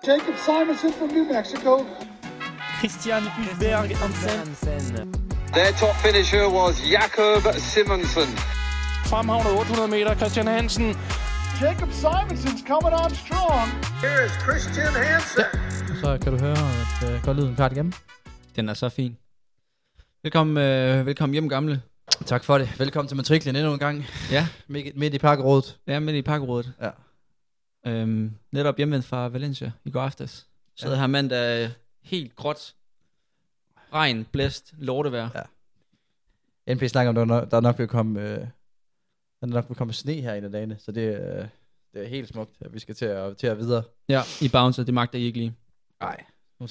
Jacob Simonson from New Mexico. Christian Hulberg Hansen. Their top finisher was Jakob Simonsen. Fremhavnet 800 meter, Christian Hansen. Jacob Simonson's coming on strong. Here is Christian Hansen. Så kan du høre, at går lyden klart igennem. Den er så fin. Velkommen hjem, gamle. Tak for det. Velkommen til matriklen endnu en gang. Ja. Midt i pakkerådet. Ja, midt i pakkerådet. Ja. Netop hjemvendt fra Valencia i går aftes. Så her mandag helt gråt. Regn, blæst, lortevejr. Ja. NP snakker om, der nok vil komme sne her en af dagene. Så det er helt smukt, at vi skal til at videre. Ja, i bouncer, det magter I ikke lige. Nej,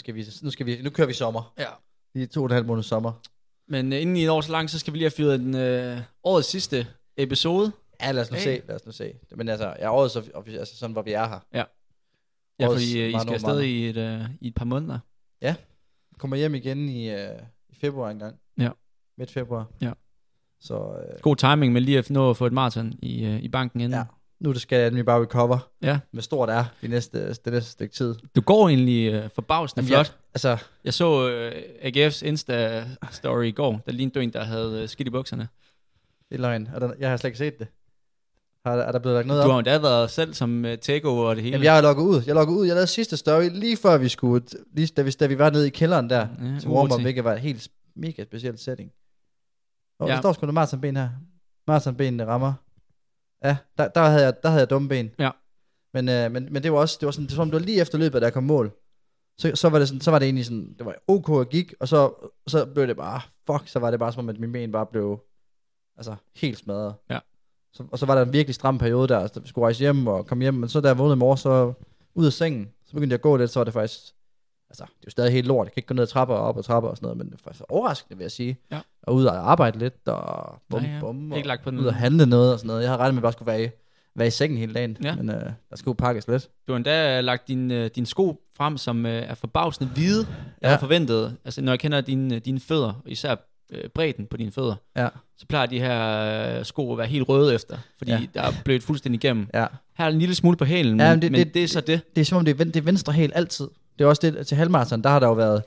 nu kører vi sommer. Ja. Lige 2,5 måneder sommer. Men inden i et år så langt, så skal vi lige have fyret den årets sidste episode. Ja, lad os nu se. Men altså, året så altså sådan, hvor vi er her. Ja. Ja, fordi I skal afsted i et par måneder. Ja. Kommer hjem igen i februar engang. Ja. Midt februar. Ja. Så god timing med lige at nå at få et maraton i banken inden. Ja. Nu skal jeg nemlig bare recover. Ja. Med stort R det næste stykke tid. Du går egentlig forbavsende flot. Altså, jeg så AGF's Insta-story i går. Der lignede en, der havde skidt i bukserne. Det er løgn. Jeg har slet ikke set det. Er der blevet lagt noget op? Du har jo da været selv som takeover og det hele. Jamen, jeg har logget ud. Jeg lavede sidste story lige før vi skulle, da vi var nede i kælderen der. Ja, til warm-up, hvilket var et helt mega specielt setting. Og der står sgu noget maratonben her. Maratonbenene rammer. Ja, der havde jeg dumme ben. Ja. Men det var sådan, det var lige efter løbet, da jeg kom mål. Så var det egentlig sådan, det var ok at gik, og så blev det bare, så var det bare som om, at mine ben bare blev, altså, helt smadret. Ja. Og så var der en virkelig stram periode der, altså, vi skulle rejse hjem og komme hjem, men så da jeg vågnede i morgen, så ud af sengen, så begyndte jeg at gå lidt, så var det faktisk, altså, det er jo stadig helt lort, jeg kan ikke gå ned ad trapper og op ad trapper og sådan noget, men det er faktisk overraskende, vil jeg sige. Ja. Og ud og arbejde lidt, og bum, ikke lagt på den. Ud og handle noget og sådan noget. Jeg havde regnet med, at jeg bare skulle være i sengen hele dagen, men der skulle pakkes lidt. Du har endda lagt din sko frem, som er forbavsende hvide, jeg havde forventet. Altså, når jeg kender dine fødder, især bredden på dine fødder, så plejer de her sko at være helt røde efter, fordi der er blødt fuldstændig igennem. Ja. Her er en lille smule på hælen, men det er så det. Det er som om, det er venstre hæl altid. Det er også det, til halvmarathon, der har der jo været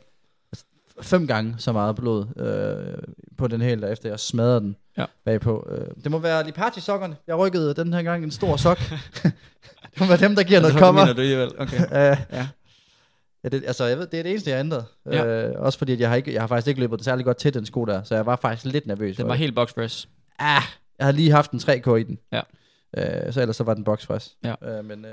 5 gange så meget blod på den hæl, der efter jeg smadrede den bagpå. Det må være Lipaci-sokkerne. Jeg rykkede den her gang en stor sok. Det må være dem, der giver noget kommer. Det mener du alligevel. Okay. Ja, jeg ved, det er det eneste, jeg har ændret. Også fordi, at jeg har faktisk ikke løbet det særlig godt til den sko der, så jeg var faktisk lidt nervøs. Den var helt boxpress. Jeg havde lige haft en 3K i den. Ja. Så ellers så var den boxpress. Ja. Men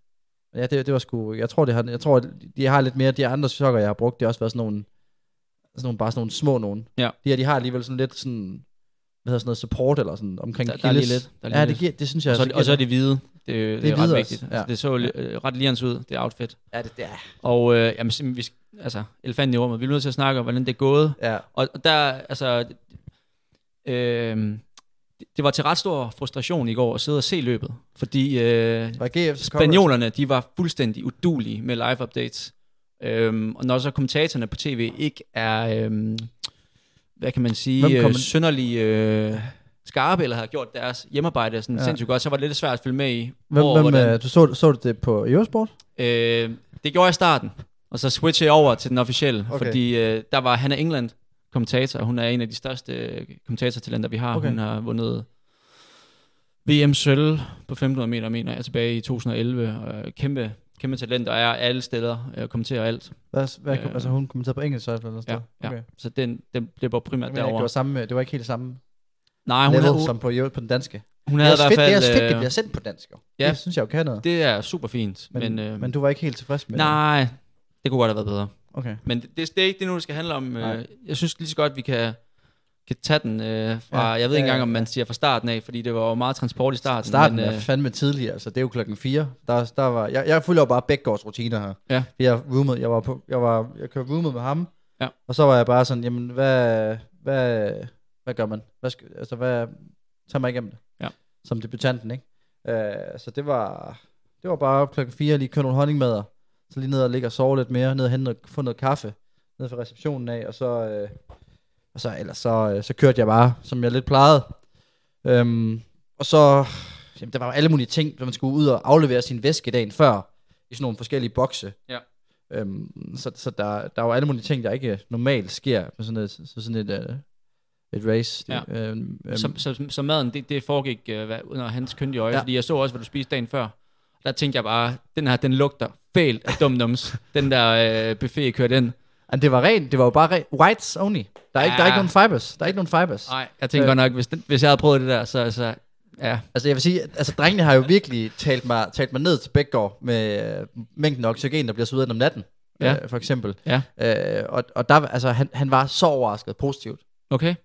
det var sgu, jeg tror, de har lidt mere, de andre sokker, jeg har brugt, det har også været sådan nogle små nogen. Ja. De har alligevel sådan lidt sådan, hvad hedder sådan noget, support eller sådan omkring der er lige lidt. Det synes jeg. Og så er det hvide. Det er ret vigtigt. Ja. Altså, det så ret ligens ud, det outfit. Ja, det er. Og elefanten i rummet, vi er nødt til at snakke om, hvordan det er gået. Ja. Og der, altså, det var til ret stor frustration i går at sidde og se løbet, fordi spanjolerne, de var fuldstændig udulige med live updates. Og når så kommentatorerne på tv ikke er, hvad kan man sige, synderlig skarpe, eller har gjort deres hjemmearbejde sådan sindssygt godt, så var det lidt svært at følge med i. Du så det på Eurosport? Det gjorde jeg i starten, og så switchede jeg over til den officielle, fordi der var Hannah England kommentator, og hun er en af de største kommentatortalenter, vi har. Hun har vundet VM-sølv på 1500 meter, mener jeg, tilbage i 2011, og kæmpe talent, og er alle steder og kommenterer alt. Altså hun kommenterede på engelsk, eller sådan noget? Ja. Så den blev primært derovre. Det var ikke helt det samme. Nej, hun havde som på den danske. Hun havde i hvert fald. Det er også fedt, det bliver sendt på dansk. Ja, det synes jeg jo kan noget. Det er super fint. Men du var ikke helt tilfreds med det? Nej, det kunne godt have været bedre. Okay. Men det er ikke det nu, det skal handle om. Jeg synes lige så godt, vi kan tage den fra, jeg ved ikke engang, om man siger fra starten af, fordi det var jo meget transport i starten. Starten er fandme tidligere, altså det er jo 4:00. Der var, jeg følger jo bare Bækgaards rutiner her. Ja. Jeg kørte roomet med ham, og så var jeg bare sådan, jamen hvad gør man? Tag mig igennem det. Ja. Som debutanten, ikke? Så det var bare 4:00 lige køre nogle honningmadder, så lige ned og ligge og sove lidt mere, ned og hente få noget kaffe, ned fra receptionen af, og så kørte jeg bare, som jeg lidt plejede. Og så, der var jo alle mulige ting, når man skulle ud og aflevere sin væske dagen før, i sådan nogle forskellige bokse. Ja. Så der er jo alle mulige ting, der ikke normalt sker på sådan et race. Ja. Så maden, det foregik under hans kyndige øje, fordi jeg så også, hvad du spiste dagen før. Der tænkte jeg bare, den lugter fælt af dum-dums. Den der buffet kørte ind. Det var jo bare whites only. Der er ikke nogen fibers. Der er ikke nogen fibers. Nej, jeg tænker godt nok, hvis jeg havde prøvet det der, så ja. Altså jeg vil sige, drengene har jo virkelig talt mig ned til Bækgaard med mængden af oxygen, der bliver suget om natten, for eksempel. Ja. Og der, altså han var så overrasket positivt. Okay.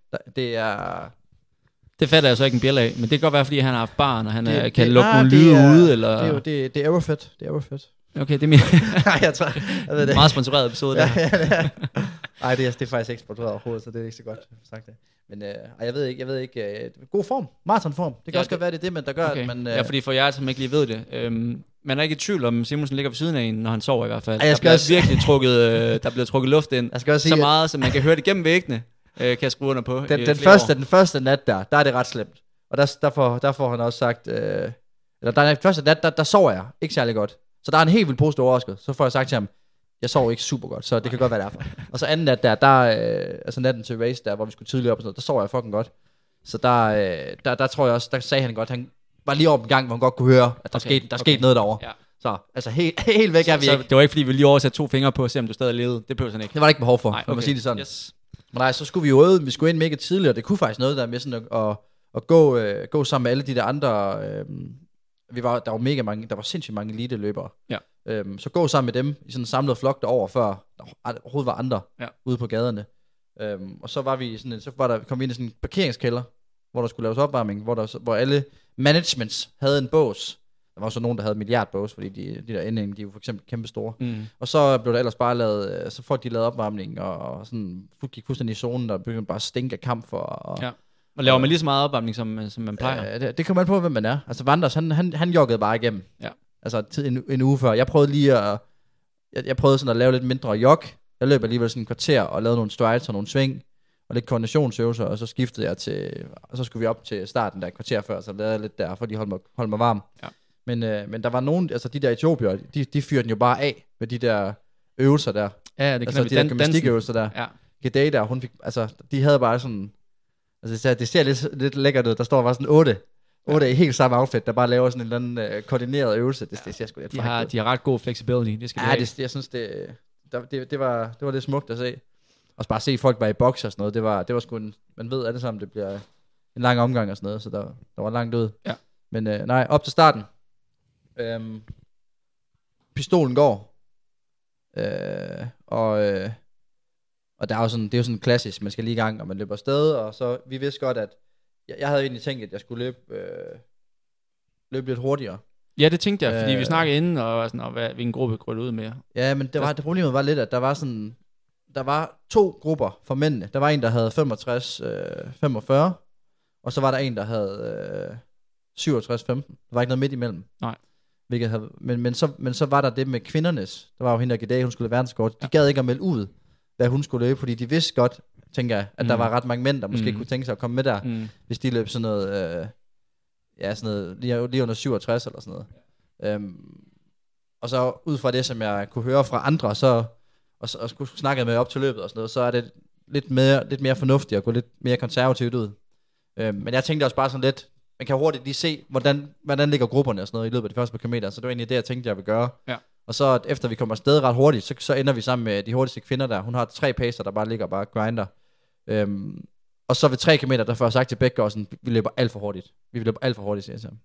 Det fatter jeg så ikke en bjælle af, men det kan godt være, fordi han har haft barn, og han kan lukke nogle lyde ude, eller... Det er Aerofit. Det er Aerofit. Okay, det er mere... Nej, jeg tror... Jeg ved det. Meget sponsoreret episode der. Nej, det er faktisk ikke sponsoreret overhovedet, så det er ikke så godt sagt det. Men jeg ved ikke... God form. Maratonform. Det kan også godt være, det men der gør, at man... Ja, fordi for jer, som ikke lige ved det... man er ikke i tvivl om, Simonsen ligger ved siden af en, når han sover i hvert fald. Der bliver trukket luft ind. Jeg skal også sige, så meget, så man kan høre det gennem væggene. Kan jeg skrue under på. Den første nat der er det ret slemt. Og der får han også sagt... den første nat, der sover jeg ikke særlig godt. Så der er en helt vildt positiv overrasket. Så får jeg sagt til ham, jeg sover ikke super godt, så det kan godt være derfor. Og så anden nat altså natten til race der, hvor vi skulle tidligere op og sådan noget, der sover jeg fucking godt. Så der tror jeg også, der sagde han godt, han var lige over en gang, hvor han godt kunne høre, at der skete noget derovre. Ja. Så altså helt væk er vi ikke. Det var ikke fordi, vi lige oversætte 2 fingre på, se om du stadig levede. Det behøver han ikke. Det var der ikke behov for, man sige det sådan. Yes. Men nej, så skulle vi jo vi skulle ind mega tidligere, det kunne faktisk noget der med sådan at gå sammen med alle de der andre... der var mega mange, der var sindssygt mange elite løbere. Ja. Så gå sammen med dem i sådan en samlet flok derover, før der overhovedet var andre ude på gaderne. Og så kom vi ind i sådan en parkeringskælder, hvor der skulle laves opvarmning, hvor alle managements havde en bås. Der var så nogen, der havde milliardbås, fordi de der ending, de er jo for eksempel kæmpe store. Og så blev der ellers bare lavet, så folk de lavede opvarmning, og sådan gik fuldstændig i zonen, der begyndte bare at stinke af kamp for. Og laver man lige så meget opvarmning, som man plejer? Det kommer an på, hvem man er. Altså Vanders, han joggede bare igennem. Ja. Altså en uge før. Jeg prøvede lige jeg prøvede sådan at lave lidt mindre jog. Jeg løb alligevel sådan en kvarter og lavede nogle strides og nogle sving og lidt koordinationsøvelser, og så skiftede jeg og så skulle vi op til starten der et kvarter før, så lavede jeg lidt der, for de holdt mig varm. Ja. Men der var nogen, altså de der etiopier, de fyrede den jo bare af med de der øvelser der. Ja, det altså de der gymnastikøvelser der. Ja. Gedei der, hun fik, altså de havde bare sådan, altså det ser lidt lækkert ud. Der står bare sådan 8 i helt samme outfit, der bare laver sådan en eller anden koordineret øvelse. Det ser sgu lidt de har ret god flexibility. Det skal jeg synes det var lidt smukt at se. Og bare se folk være i boks og sådan noget. Det var sgu man ved alle sammen, det bliver en lang omgang og sådan noget, så der var langt ud. Ja. Men nej, op til starten. Pistolen går. Og der er jo sådan, det er jo sådan klassisk, man skal lige i gang, og man løber afsted, og så, vi vidste godt, at jeg havde egentlig tænkt, at jeg skulle løbe lidt hurtigere. Ja, det tænkte jeg, fordi vi snakkede inden, og hvilken gruppe kunne ud med. Ja, men det problemet var lidt, at der var 2 grupper for mændene. Der var en, der havde 65-45, og så var der en, der havde 67-15. Der var ikke noget midt imellem. Nej. Men så var der det med kvindernes. Der var jo hende, der Gedei, hun skulle løbe verdenskort. De gad ikke at melde ud, hvad hun skulle løbe, fordi de vidste godt, tænker jeg, at der var ret mange mænd, der måske kunne tænke sig at komme med der, hvis de løb sådan noget, lige under 67 eller sådan noget. Og så ud fra det, som jeg kunne høre fra andre, og skulle snakke med op til løbet og sådan noget, så er det lidt mere fornuftigt at gå lidt mere konservativt ud. Men jeg tænkte også bare sådan lidt, man kan hurtigt lige se, hvordan ligger grupperne og sådan noget i løbet af de første par kilometer, så det var egentlig det, jeg tænkte, jeg ville gøre. Ja. Og så efter vi kommer afsted ret hurtigt, så ender vi sammen med de hurtigste kvinder der. Hun har 3 pacer, der bare ligger og bare grinder. Og så ved 3 km, der får jeg sagt til Bækgaard, sådan, vi løber alt for hurtigt. Vi løber alt for hurtigt, siger jeg til ham.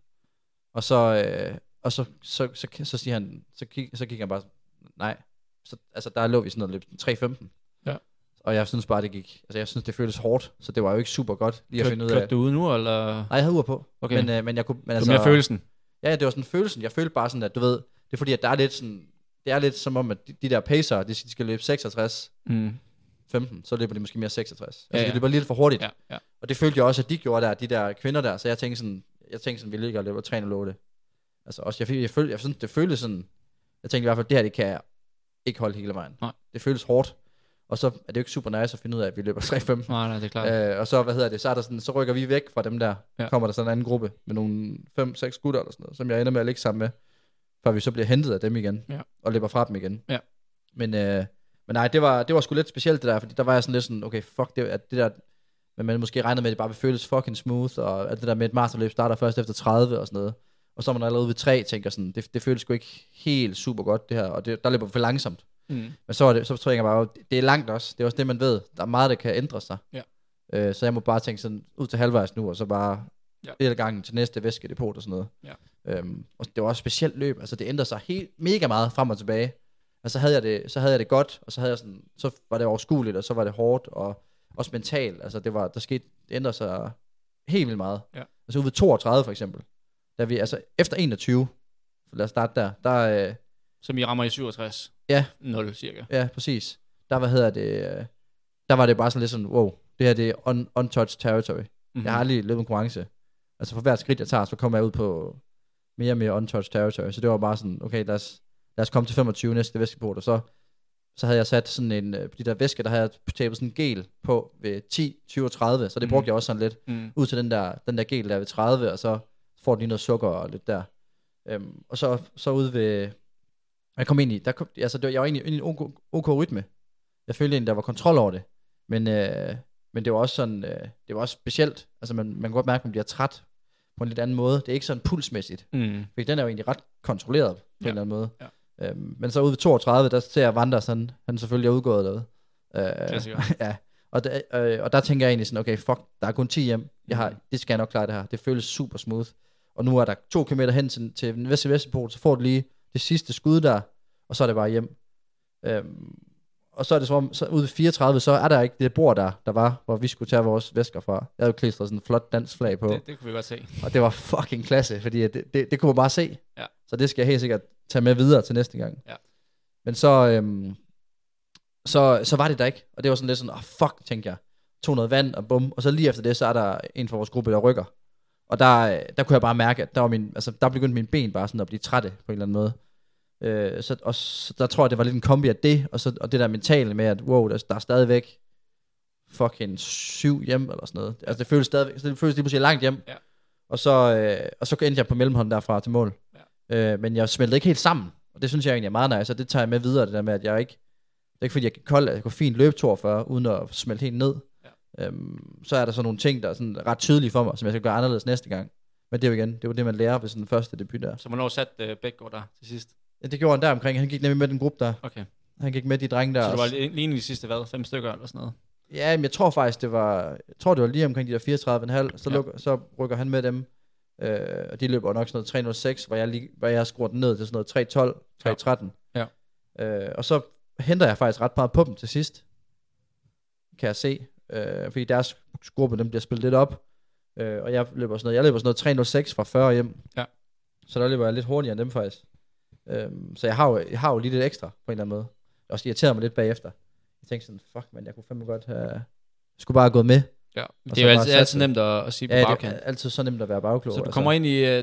Så siger han, så kigger han bare, nej. Så, altså der lå vi sådan noget løb 3:15. Ja. Og jeg synes bare, det gik, altså jeg synes, det føltes hårdt, så det var jo ikke super godt lige at finde ud af. Kørte du ude nu, eller? Nej, jeg havde uger på. Okay. Men jeg kunne, det var mere følelsen? Ja, det var sådan følelsen. Jeg følte bare sådan, at du ved, det er fordi, at der er lidt sådan, det er lidt som om, at de der pacer, de skal løbe 66, 15, så løber de måske mere 66. Altså, de løber lidt for hurtigt. Ja. Og det følte jeg også, at de gjorde der, de der kvinder der, så jeg tænkte sådan, vi ligger og løber 3:08. Altså også, jeg synes, det føltes sådan, jeg tænkte i hvert fald, det her, det kan jeg ikke holde hele vejen. Nej. Det føles hårdt. Og så er det jo ikke super nice at finde ud af, at vi løber 3:15. Nej, det er klart. Og så, så er der sådan, så rykker vi væk fra dem der. Ja. Kommer der sådan en anden gruppe med nogle 5-6 gutter eller sådan noget, som jeg ender med at ligge sammen med. før vi så bliver hentet af dem igen, og løber fra dem igen. Ja. Men nej, det var sgu lidt specielt det der, fordi der var jeg sådan lidt sådan, okay, fuck, det der, men man måske regnede med, at det bare ville føles fucking smooth, og at det der med et maratonløb starter først efter 30 og sådan noget. Og så er man allerede ved 3, tænker sådan, det føles sgu ikke helt super godt det her, og der løber for langsomt. Men så tror jeg bare, det er langt også, det er også det, man ved. Der er meget, der kan ændre sig. Ja. Så jeg må bare tænke sådan, ud til halvvejs nu, og så bare hele gangen til næste væskedepot og sådan noget. Ja. Og det var også et specielt løb, altså det ændrede sig helt mega meget frem og tilbage. Altså så havde jeg det godt, og så var det overskueligt, og så var det hårdt, og også mentalt. Altså det ændrede sig helt vildt meget. Ja. Altså ude ved 32 for eksempel, da vi, altså efter 21, lad os starte der som I rammer i 67? Ja. 0 cirka. Ja, præcis. Der var det bare sådan lidt sådan, wow, det her det er untouched territory. Jeg har aldrig løbet en konkurrence. Altså for hvert skridt jeg tager, så kommer jeg ud på mere og mere untouched territory. Så det var bare sådan, okay, lad os komme til 25 næste væskeport, og så havde jeg sat sådan en, på de der væsker, der havde jeg tapet sådan en gel på ved 10, 20 og 30, så det brugte jeg også sådan lidt ud til den der gel der ved 30, og så får den lige noget sukker og lidt der. Og så ude ved, jeg kom ind i, jeg var egentlig i en OK rytme. Jeg følte egentlig, der var kontrol over det, men det var også sådan, det var også specielt, altså man kan godt mærke, at man bliver træt på en lidt anden måde. Det er ikke sådan pulsmæssigt, fordi den er jo egentlig ret kontrolleret på en eller anden måde. Ja. Men så ude ved 32, der ser jeg Vanders, han selvfølgelig er udgået derude. Ja. Og der tænker jeg egentlig sådan, okay, fuck, der er kun 10 hjem. Det skal jeg nok klare det her. Det føles super smooth. Og nu er der 2 kilometer hen til den Vestpol, så får du lige det sidste skud der, og så er det bare hjem. Og så er det som om, så ude ved 34, så er der ikke det bord der var, hvor vi skulle tage vores væsker fra. Jeg havde jo klistret sådan en flot dansk flag på. Det kunne vi godt se. Og det var fucking klasse, fordi det kunne man bare se. Ja. Så det skal jeg helt sikkert tage med videre til næste gang. Ja. Men så var det der ikke. Og det var sådan lidt sådan, fuck, tænkte jeg. Tog noget vand og bum. Og så lige efter det, så er der en fra vores gruppe, der rykker. Og der kunne jeg bare mærke, at der begyndte mine ben bare sådan at blive trætte på en eller anden måde. Så der tror jeg, det var lidt en kombi af det, og det der mentale med, at wow, der er stadigvæk fucking 7 hjem, eller sådan noget. Altså det føles lige pludselig langt hjem. Ja. Og så endte jeg på mellemhånden derfra til mål. Ja. Men jeg smeltede ikke helt sammen, og det synes jeg egentlig er meget nice, og det tager jeg med videre, det der med, at jeg ikke, det er ikke fordi, jeg gik kold, jeg kunne fint løbe 42, uden at smelte helt ned. Ja. Så er der så nogle ting, der er sådan ret tydelige for mig, som jeg skal gøre anderledes næste gang. Men det er jo igen, det var det, man lærer ved sådan den første debut der. Så hvornår satte Bækgaard der til sidst? Ja, det gjorde han der omkring. Han gik nemlig med den gruppe der. Okay. Han gik med de drenge der. Så det var lige de sidste, 5 stykker eller sådan noget? Ja, men jeg tror faktisk, det var lige omkring de der 34,5. Så rykker han med dem. Og de løber nok sådan noget 306, hvor jeg skruer den ned til sådan noget 312, 313. Ja. Og så henter jeg faktisk ret meget på dem til sidst. Kan jeg se. Fordi deres gruppe, dem bliver spillet lidt op. Og jeg løber sådan noget 306 fra 40 hjem. Ja. Så der løber jeg lidt hurtigere end dem faktisk. Så jeg har jo lige lidt ekstra på en eller anden måde. Det også irriterede mig lidt bagefter. Jeg tænkte sådan, fuck man, jeg kunne fandme godt have, skulle bare have gået med. Ja, det er jo altid nemt at sige på bagkant. Ja, det er altid så nemt at være bagklog. Så du kommer ind i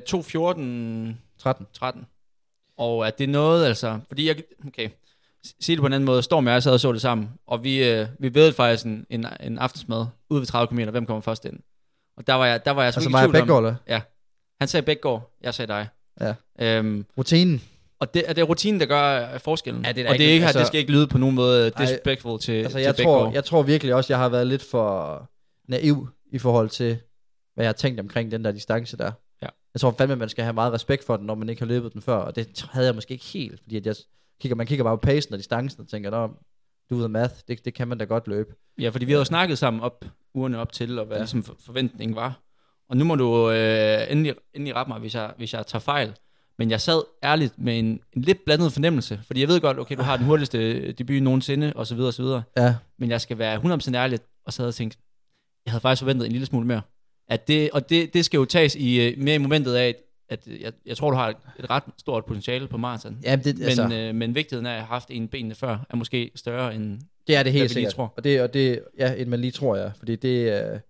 2.14... 13. Og er det noget, altså... Fordi sige det på en anden måde. Storm og jeg sad og så det sammen. Og vi ved faktisk en aftensmad ude ved 30 km. Hvem kommer først ind? Og der var jeg så altså mig og Bækgaard, eller? Ja. Han sagde Bækgaard, jeg sagde dig. Ja. Rutinen. Og det er rutinen, der gør forskellen. Ja, det skal ikke lyde på nogen måde disrespectful til Bækgaard. Jeg tror virkelig også, jeg har været lidt for naiv i forhold til, hvad jeg har tænkt omkring den der distance der. Ja. Jeg tror fandme, man skal have meget respekt for den, når man ikke har løbet den før. Og det havde jeg måske ikke helt, fordi at man kigger bare på pacen og distancen og tænker, do the math, det kan man da godt løbe. Ja, fordi vi havde jo snakket sammen ugerne op til, og hvad ligesom forventningen var. Og nu må du endelig rette mig, hvis jeg tager fejl. Men jeg sad ærligt med en lidt blandet fornemmelse, fordi jeg ved godt, okay, du har den hurtigste debut nogensinde, og så videre, og så videre. Ja. Men jeg skal være 100% ærlig, og så havde jeg tænkt, jeg havde faktisk forventet en lille smule mere. Det skal jo tages mere i momentet af, at jeg tror, du har et ret stort potentiale på maraton. Ja, men vigtigheden af at have haft en benene før, er måske større end... Det er det helt sikkert. Tror. Og det end man lige tror, ja. Fordi det...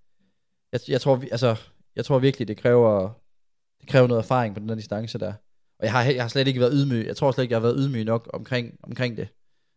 Jeg tror virkelig, det kræver noget erfaring på den der distance der. Og jeg har slet ikke været ydmyg. Jeg tror slet ikke, jeg har været ydmyg nok omkring det.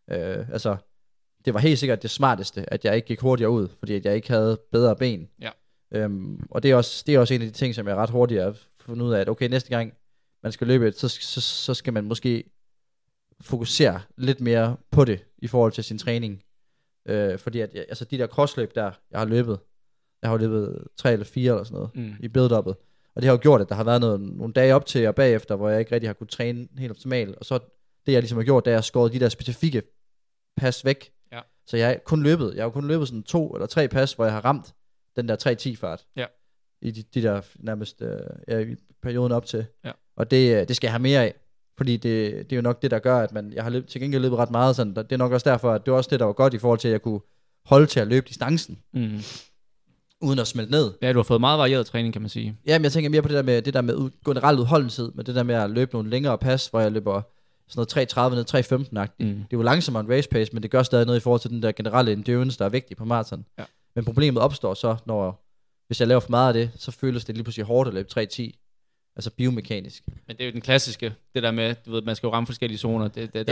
Det var helt sikkert det smarteste, at jeg ikke gik hurtigere ud, fordi at jeg ikke havde bedre ben. Ja. Og det er også en af de ting, som jeg ret hurtigt har fundet ud af, at okay, næste gang man skal løbe, så skal man måske fokusere lidt mere på det, i forhold til sin træning. Fordi at, altså de der crossløb der, jeg har løbet 3 eller 4 eller sådan noget, i build-up'et. Og det har jo gjort, at der har været nogle dage op til og bagefter, hvor jeg ikke rigtig har kunnet træne helt optimalt. Og så det jeg ligesom har gjort, det er, at jeg har skåret de der specifikke pas væk. Ja. Så jeg har kun løbet sådan 2 eller 3 pas, hvor jeg har ramt den der 3:10 fart. Ja. I de der nærmest i perioden op til. Ja. Og det skal jeg have mere af. Fordi det er jo nok det, der gør, at jeg har til gengæld løbet ret meget sådan. Det er nok også derfor, at det var også det, der var godt i forhold til, at jeg kunne holde til at løbe distancen. Uden at smelte ned. Ja, du har fået meget varieret træning, kan man sige. Ja, men jeg tænker mere på det der med generelt udholdenhed, med det der med at løbe nogle længere pas, hvor jeg løber sådan noget 3:30 ned 3:15-agtigt. Det er jo langsommere en race pace, men det gør stadig noget i forhold til den der generelle endurance, der er vigtig på maraton. Ja. Men problemet opstår så, hvis jeg laver for meget af det, så føles det lige pludselig hårdt at løbe 3:10. Altså biomekanisk. Men det er jo den klassiske, det der med, du ved, man skal jo ramme forskellige zoner.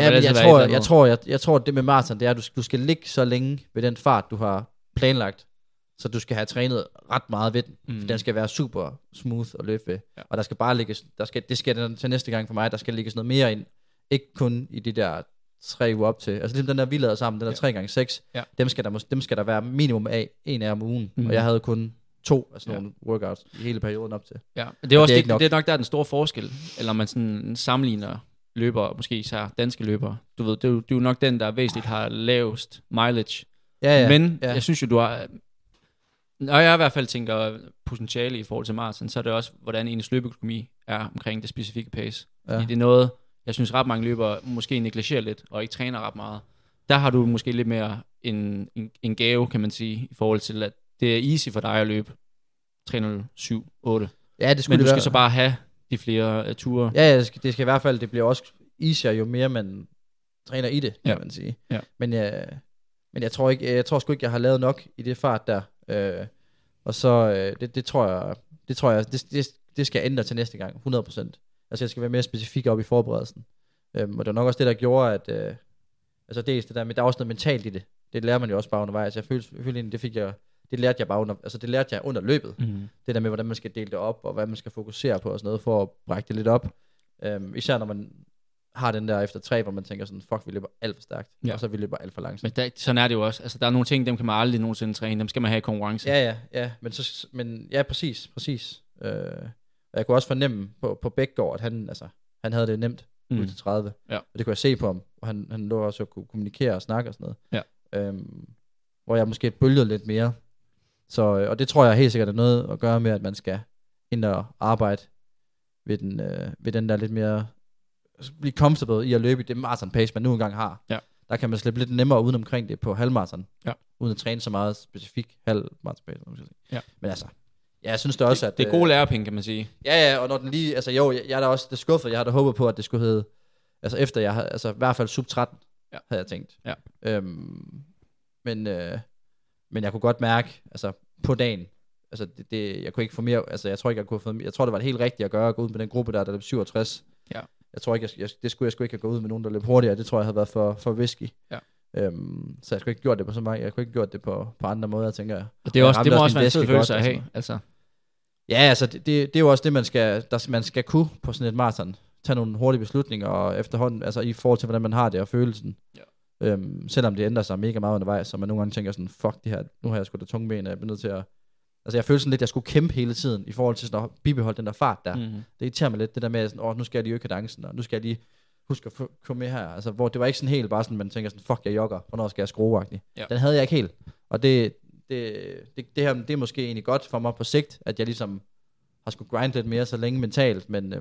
Jeg tror, at det med maraton, det er, at du skal ligge så længe ved den fart, du har planlagt, så du skal have trænet ret meget ved den. For den skal være super smooth at løbe ved. Ja. Og der skal bare ligge, det skal til næste gang for mig, der skal ligge noget mere ind. Ikke kun i de der 3 uger op til. Altså ligesom den der vi lavede sammen, den der 3x6, dem skal der være minimum af 1 af om ugen. Og jeg havde kun 2 af sådan nogle workouts i hele perioden op til. Ja, det er også det er nok der den store forskel, eller man sådan sammenligner løbere, måske især danske løbere. Du ved, det er jo nok den, der væsentligt har lavest mileage. Ja. Men jeg synes jo, du har... Når jeg i hvert fald tænker potentiale i forhold til maraton, så er det også, hvordan ens løbeøkonomi er omkring det specifikke pace. Ja. Fordi det er noget, jeg synes ret mange løbere måske negligerer lidt, og ikke træner ret meget. Der har du måske lidt mere en gave, kan man sige, i forhold til, at det er easy for dig at løbe 307, 8. Ja, det men du skal så bare have de flere ture. Ja, det skal i hvert fald, det bliver også easier, jo mere man træner i det, kan man sige. Ja. Men jeg tror sgu ikke, jeg har lavet nok i det fart der. Og så det tror jeg, det skal ændre til næste gang, 100%. Altså jeg skal være mere specifik op i forberedelsen. Og det var nok også det, der gjorde, at altså dels det der, men der er også noget mentalt i det. Det lærer man jo også bare undervejs. Jeg følte egentlig, det lærte jeg bare under løbet. Det der med, hvordan man skal dele det op, og hvad man skal fokusere på og sådan noget, for at brække det lidt op. Især når man har den der efter 3, hvor man tænker sådan, fuck, vi løber alt for stærkt, og så vi løber alt for langsomt. Men sådan er det jo også. Altså, der er nogle ting, dem kan man aldrig nogensinde træne, dem skal man have i konkurrence. Ja, men præcis. Og jeg kunne også fornemme på Bækgaard, at han havde det nemt ud til 30. Ja. Og det kunne jeg se på ham, og han lå også at kunne kommunikere og snakke og sådan noget. Ja. Hvor jeg måske bølgede lidt mere. Så, og det tror jeg helt sikkert er noget at gøre med, at man skal ind og arbejde ved den der lidt mere, blive comfortable i at løbe i det marathon pace, man nu engang har. Ja. Der kan man slippe lidt nemmere uden omkring det på halvmarathon, uden at træne så meget specifik halvmarathon pace. Ja. Men altså, jeg synes det også, at... Det er gode lærepenge, kan man sige. Ja, og når den lige... Altså jo, jeg er da også det skuffet. Jeg har da håbet på, at det skulle hedde... Altså efter jeg havde... Altså i hvert fald sub 13, havde jeg tænkt. Ja. Men jeg kunne godt mærke, altså på dagen, altså jeg kunne ikke få mere... Altså jeg tror ikke, jeg kunne få... Jeg tror, det var det helt rigtige at gøre, at gå ud med den gruppe der løb 67. Ja. Jeg tror ikke, jeg skulle ikke have gået ud med nogen, der løb hurtigere. Det tror jeg havde været for risky. Ja. Så jeg skulle ikke gjort det på så mange. Jeg kunne ikke gjort det på andre måder, tænker jeg. Og det må også være en fed følelse at have. Altså. Ja, altså det er jo også det, man skal kunne på sådan et maraton. Tage nogle hurtige beslutninger og efterhånden, altså i forhold til, hvordan man har det og følelsen. Ja. Selvom det ændrer sig mega meget undervejs, så man nogle gange tænker sådan, fuck det her, nu har jeg sgu da tunge ben, og jeg bliver nødt til at... Altså jeg følte sådan lidt, at jeg skulle kæmpe hele tiden, i forhold til sådan at bibeholde den der fart der. Det irriterer mig lidt, det der med, sådan, nu skal jeg lige øge kadencen, og nu skal jeg lige huske at komme med her. Altså hvor det var ikke sådan helt bare sådan, man tænker sådan, fuck jeg jogger, hvornår skal jeg skrue-agtigt. Ja. Den havde jeg ikke helt. Og det her, det er måske egentlig godt for mig på sigt, at jeg ligesom har skulle grinde lidt mere så længe mentalt, men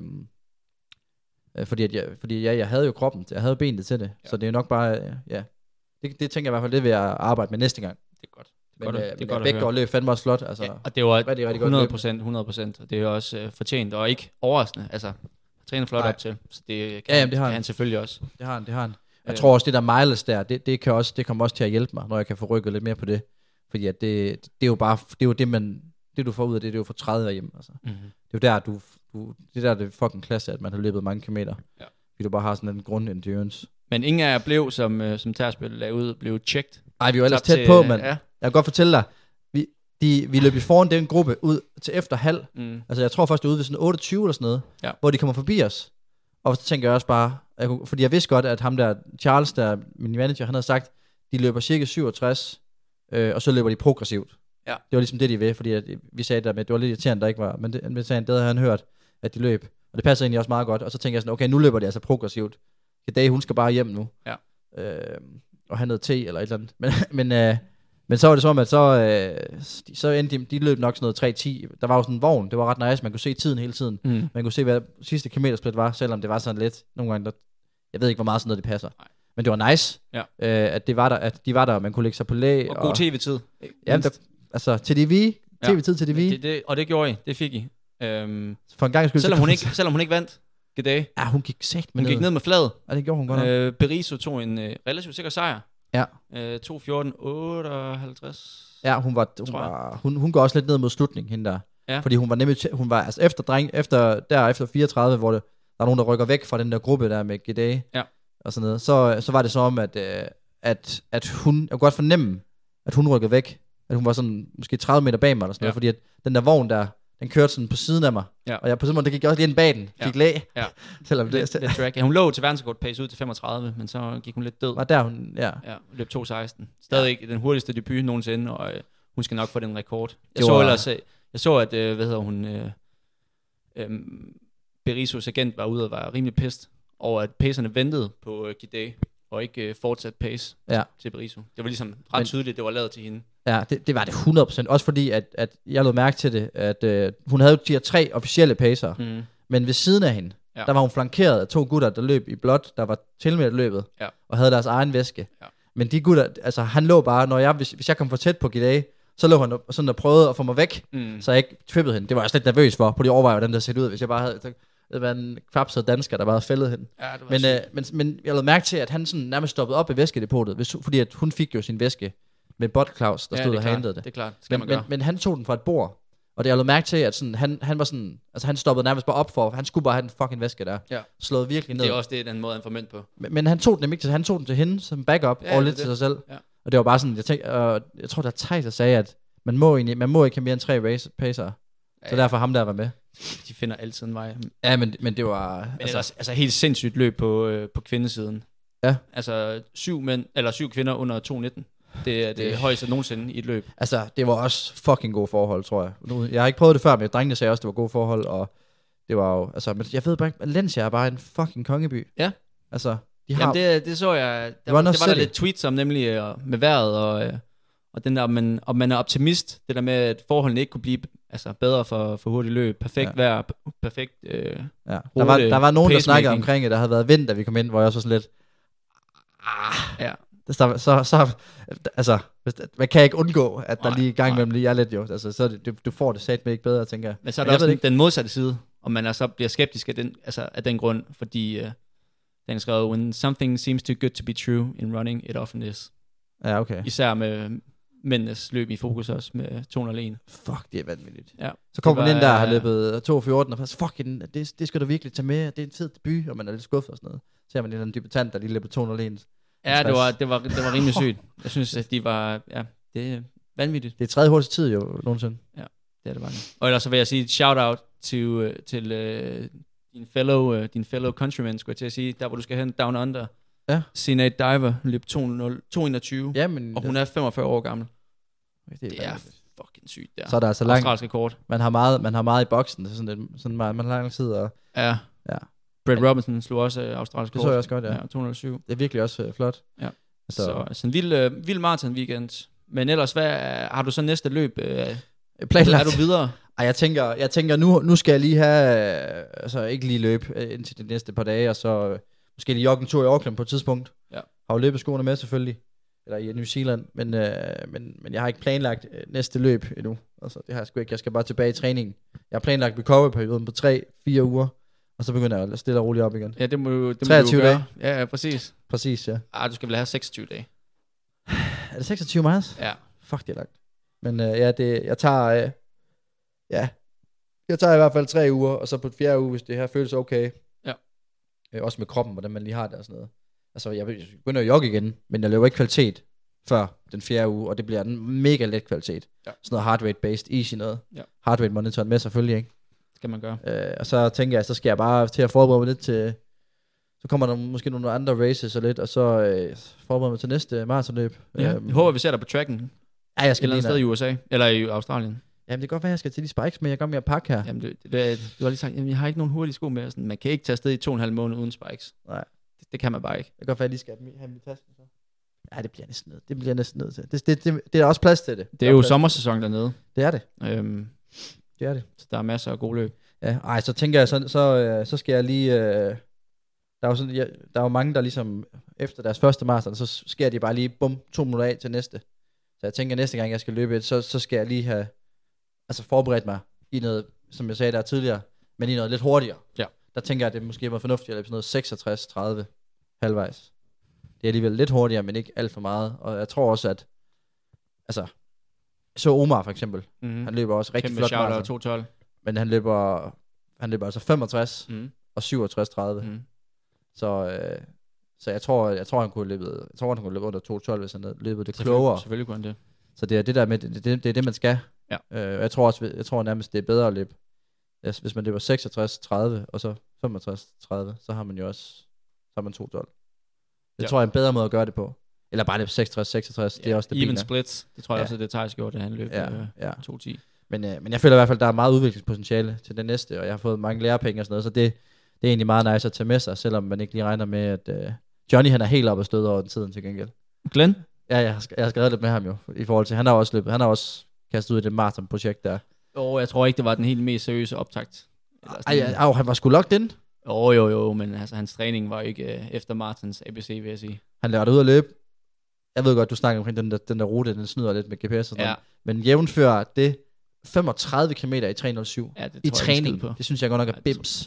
fordi jeg havde jo kroppen, jeg havde benet til det, så det er nok bare, det tænker jeg i hvert fald, det vil jeg arbejde med næste gang. Det er godt. Men Bækgaard løb fandme også flot, altså. Ja, og det var rigtig, rigtig 100%, og det er også fortjent, og ikke overraskende, altså, træner flot op til, så det kan han selvfølgelig også. Det har han. Jeg tror også, det der miles der, det kommer også til at hjælpe mig, når jeg kan få rykket lidt mere på det, fordi at det er jo bare, det er jo det du får ud af det er jo for 30 hjem, altså. Det er jo der, det er fucking klasse, at man har løbet mange kilometer, fordi du bare har sådan en grundendurance. Men ingen af jer blev, som Tærsbøl lagde ud, blev checked. Nej, vi var ellers tæt på, men jeg kan godt fortælle dig, vi løb i foran den gruppe ud til efter halv. Altså, jeg tror først, det er ude ved sådan 28 eller sådan noget, hvor de kommer forbi os. Og så tænker jeg også bare, fordi jeg vidste godt, at ham der, Charles, der min manager, han havde sagt, de løber cirka 67, og så løber de progressivt. Ja. Det var ligesom det, de vil, fordi at vi sagde der med, det var lidt irriterende, der ikke var, men det havde han hørt, at de løb. Og det passer egentlig også meget godt. Og så tænker jeg sådan, okay, nu løber de altså progressivt. Kedai, hun skal bare hjem nu. Ja. Og have noget te eller et eller andet. Men så var det som, at så endte de løb nok sådan noget 3:10. Der var jo sådan en vogn, det var ret nice, man kunne se tiden hele tiden. Man kunne se, hvad sidste kilometersplit var, selvom det var sådan lidt, nogle gange, jeg ved ikke, hvor meget sådan noget det passer. Nej. Men det var nice, at de var der, og man kunne lægge sig på læg. Og god tv-tid. Ja, altså til TV, tv-tid til TV. Og det gjorde I, det fik I. For en gang skyld. Selvom hun ikke vandt, Gede. Ja, hun gik sagt med Hun gik ned med fladet. Ja, det gjorde hun godt nok. Berizzo tog en relativt sikker sejr. Ja. 2:14:58. Ja, hun går også lidt ned mod slutningen, hende der. Ja. Fordi hun var nemlig, hun var altså efter 34, hvor der er nogen, der rykker væk fra den der gruppe der med Gede. Ja. Og sådan noget. Så var det så om, at hun, jeg kunne godt fornemme, at hun rykkede væk. At hun var sådan, måske 30 meter bag mig eller sådan noget. Fordi at den der vogn der, den kørte sådan på siden af mig. Ja. Og jeg på sådan måde, der gik også lige ind bag den. Fik lag. Ja. Selvom det lidt track. Ja, hun lå til verdensrekord pace ud til 35, men så gik hun lidt død. Var der hun, ja. Løb 2:16. Stadig ikke den hurtigste debut nogensinde, og hun skal nok få den rekord. Jeg så at, Berizzos agent var ude og var rimelig pissed over, at pacerne ventede på Gide, og ikke fortsat pace til Berizzo. Det var ligesom ret tydeligt, det var lavet til hende. Ja, det var det 100%. Også fordi, at jeg lod mærke til det, at hun havde jo de her 3 officielle pacer, men ved siden af hende, der var hun flankeret af 2 gutter, der løb i blåt, der var tilmeldt løbet, og havde deres egen væske. Ja. Men de gutter, altså han lå bare, hvis jeg kom for tæt på Gide, så lå han sådan og prøvede at få mig væk, så jeg ikke trippede hende. Det var jeg slet nervøs for, på de overvejer, hvordan det set ud, hvis jeg bare havde... Det var en kvapset dansker, der bare havde fældet hende. Ja, men jeg lod mærke til, at han sådan nærmest stoppede op ved væskedepotet, fordi at hun fik jo sin væske med Bot Claus, der stod og handlede det. Det er klart, men han tog den fra et bord, og det jeg lod mærke til, at sådan, han var sådan, altså han stoppede nærmest bare op for, han skulle bare have den fucking væske der. Ja. Slået virkelig ned. Det er også den måde, han får mønt på. Men han tog den nemlig ikke til, han tog den til hende som backup, og lidt til sig selv. Ja. Og det var bare sådan, jeg tror, der Thijs, der sagde, at man må ikke have mere end 3 pacer. Så derfor ham der var med. De finder altid en vej. Ja, men det var... altså helt sindssygt løb på kvindesiden. Ja. Altså 7 kvinder under 2:19. Det er det højeste nogensinde i et løb. Altså, det var også fucking gode forhold, tror jeg. Jeg har ikke prøvet det før, men drengene sagde også, det var gode forhold, og det var jo... Altså, men jeg ved bare ikke, Valencia er bare en fucking kongeby. Ja. Altså, de har... Jamen, det så jeg... Der var der lidt tweets om, nemlig med vejret, og den der, om man er optimist, det der med, at forholdene ikke kunne blive bedre for hurtigt løb, perfekt vejr, perfekt der var nogen, der snakkede omkring, at der havde været vind, da vi kom ind, hvor jeg også var sådan lidt, altså, man kan ikke undgå, at der lige i gang imellem lige er lidt jo, altså, så du får det satme ikke bedre, tænker jeg. Men så er der også den modsatte side, om man så bliver skeptisk af den grund, fordi den er skrevet, when something seems too good to be true in running, it often is. Ja, okay. Især med mændenes løb i fokus også med 201. Fuck, det er vanvittigt. Ja. Så kommer man ind der og har løbet 2:14, og fuck, det skal du virkelig tage med, det er en fed debut, og man er lidt skuffet og sådan noget. Så ser man en eller anden debutant, der lige løber 201. Ja, det var rimelig sygt. Jeg synes, at de var, det er vanvittigt. Det er 3. hurtigste tid jo, nogensinde. Ja, det er det bare. Og ellers så vil jeg sige et shout-out til din fellow countryman, skulle jeg til at sige, der hvor du skal hen, Down Under. Ja. Sinead Diver løb 2:21, jamen, og hun er 45 år gammel. Det er fucking sygt der. Så er der altså langt. Australsk rekord. Man har meget i boksen, det er sådan man har lang tid. Og, ja. Brett Robinson slog også australsk rekord. Det så jeg også godt, ja. 207. Det er virkelig også flot. Ja. Så en vild maraton weekend. Men ellers, har du så næste løb? Planlagt. Er du videre? Ej, jeg tænker nu skal jeg lige have, altså ikke lige løbe indtil de næste par dage, og så måske lige jogge en tur i Auckland på et tidspunkt. Ja. Har jo løbeskoene med selvfølgelig, eller i New Zealand, men jeg har ikke planlagt næste løb endnu. Altså det har jeg sgu ikke. Jeg skal bare tilbage i træningen. Jeg har planlagt recovery-perioden på 3-4 uger, og så begynder jeg at stille og roligt op igen. Ja, det må du 23 dage. Ja, præcis. Præcis, ja. Du skal vel have 26 dage. Er det 26 miles? Ja. Fuck, det er langt. Men jeg tager i hvert fald 3 uger, og så på 4. uge, hvis det her føles okay. Også med kroppen, hvordan man lige har det og sådan noget. Altså, jeg begynder at jogge igen, men jeg løber ikke kvalitet. før den 4. uge, og det bliver en mega let kvalitet. Ja. Sådan noget heart rate based, easy noget. Ja. Heart rate monitoren med selvfølgelig, ikke? Det skal man gøre. Og så tænker jeg, så skal jeg bare til at forberede mig lidt til, så kommer der måske nogle andre races og lidt, og så forberede mig til næste maratonløb. Ja, jeg håber, vi ser dig på tracken. Ja, jeg skal et eller andet sted i USA, eller i Australien. Jamen, det kan godt være, jeg skal til de spikes, men jeg går med at pakke her. Jamen, du har lige sagt, jeg har ikke nogen hurtige sko med. Sådan, man kan ikke tage afsted i 2,5 måneder uden spikes. Nej. Det kan man bare ikke. Det kan godt være, at jeg lige skal have dem i tasken så. Ja, det bliver næsten nødt til. Det er også plads til det. Det er jo sommersæson dernede. Det er det. Det er det. Så der er masser af gode løb. Ja, så tænker jeg, så skal jeg lige... der er jo mange, der ligesom efter deres første maraton, så sker de bare lige 2 minutter af til næste. Så jeg tænker, næste gang jeg skal løbe, så skal jeg lige have forberedt mig i noget, som jeg sagde der tidligere, men i noget lidt hurtigere. Ja. Der tænker jeg, at det måske var fornuftigt at løbe sådan noget 66-30 halvvejs. Det er alligevel lidt hurtigere, men ikke alt for meget. Og jeg tror også, at så Omar for eksempel, han løber også rigtig flot maraton. 2:12. Men han løber altså 65 og 67-30. Så jeg tror han kunne løbe under 2:12, hvis han havde løbet det klogere. Selvfølgelig kunne han det. Så det er det der med det er det man skal. Ja. Jeg tror nærmest det er bedre at løbe. Hvis man løber 66-30 og så 65-30, så har man jo også 2:12. Det tror jeg er en bedre måde at gøre det på. Eller bare løbe 66-66, det er også det even splits. Det tror jeg også, at det Theis gjorde, det han løb 2:10. Men jeg føler i hvert fald, at der er meget udviklingspotentiale til det næste, og jeg har fået mange lærepenge og sådan noget, så det er egentlig meget nice at tage med sig, selvom man ikke lige regner med, at Johnny han er helt oppe at støde over den tiden til gengæld. Glenn? Ja, jeg har skrevet lidt med ham jo, i forhold til, han har også kastet ud i det marathon-projekt der. Jeg tror ikke, det var den helt mest seriøse optakt. Han var sgu locked in. Jo, men altså, hans træning var ikke efter Martins ABC, vil jeg sige. Han lærte ud at løbe. Jeg ved godt, du snakker omkring den der rute, den snyder lidt med GPS og sådan. Ja. Men jævnfører det 35 km i 307 i træning. På. Det synes jeg godt nok er bims.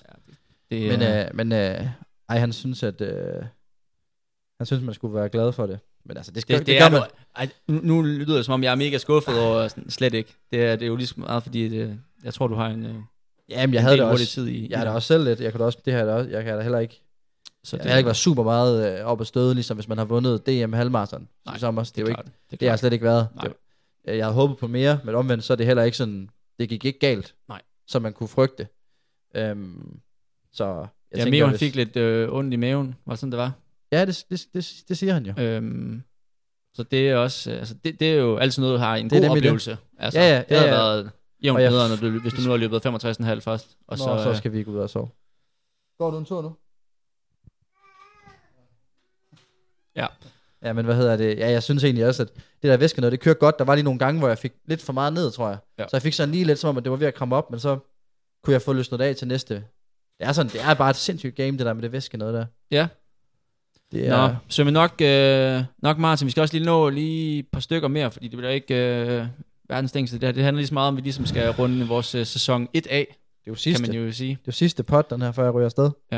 Han synes, at man skulle være glad for det. Men altså, det gør man. Nu lyder det, som om jeg er mega skuffet over slet ikke. Det er jo lige så meget, fordi jeg tror, du har en... Jamen, jeg havde det også. Jeg har da også selv lidt. Jeg kan da heller ikke. Så det har ikke været super meget op at støde, ligesom hvis man har vundet DM halvmarathon. Det har slet ikke været. Jeg havde håbet på mere, men omvendt så er det heller ikke sådan. Det gik ikke galt, som man kunne frygte. Så jeg tænker, han fik lidt ondt i maven. Var det sådan, det var? Ja, det siger han jo. Så det er også, det er jo altid noget, der har en god oplevelse. Altså, det har været jævnt bedre, hvis du nu har løbet 65,5 først. Og så skal vi ikke ud og sove. Går du en tur nu? Ja. Ja, men hvad hedder det? Ja, jeg synes egentlig også, at det der væske noget, det kørte godt. Der var lige nogle gange, hvor jeg fik lidt for meget ned, tror jeg. Ja. Så jeg fik sådan lige lidt som om, at det var ved at komme op, men så kunne jeg få løsnet af til næste. Det er bare et sindssygt game, det der med det væske noget der. Ja. Så vi nok Martin, vi skal også lige nå et par stykker mere, fordi det bliver ikke verdens længste. Det handler lige så meget om, at vi ligesom skal runde vores sæson 1 af. Det er jo sidste. Kan man jo sige. Det er jo sidste pot, den her, før jeg ryger afsted. Ja.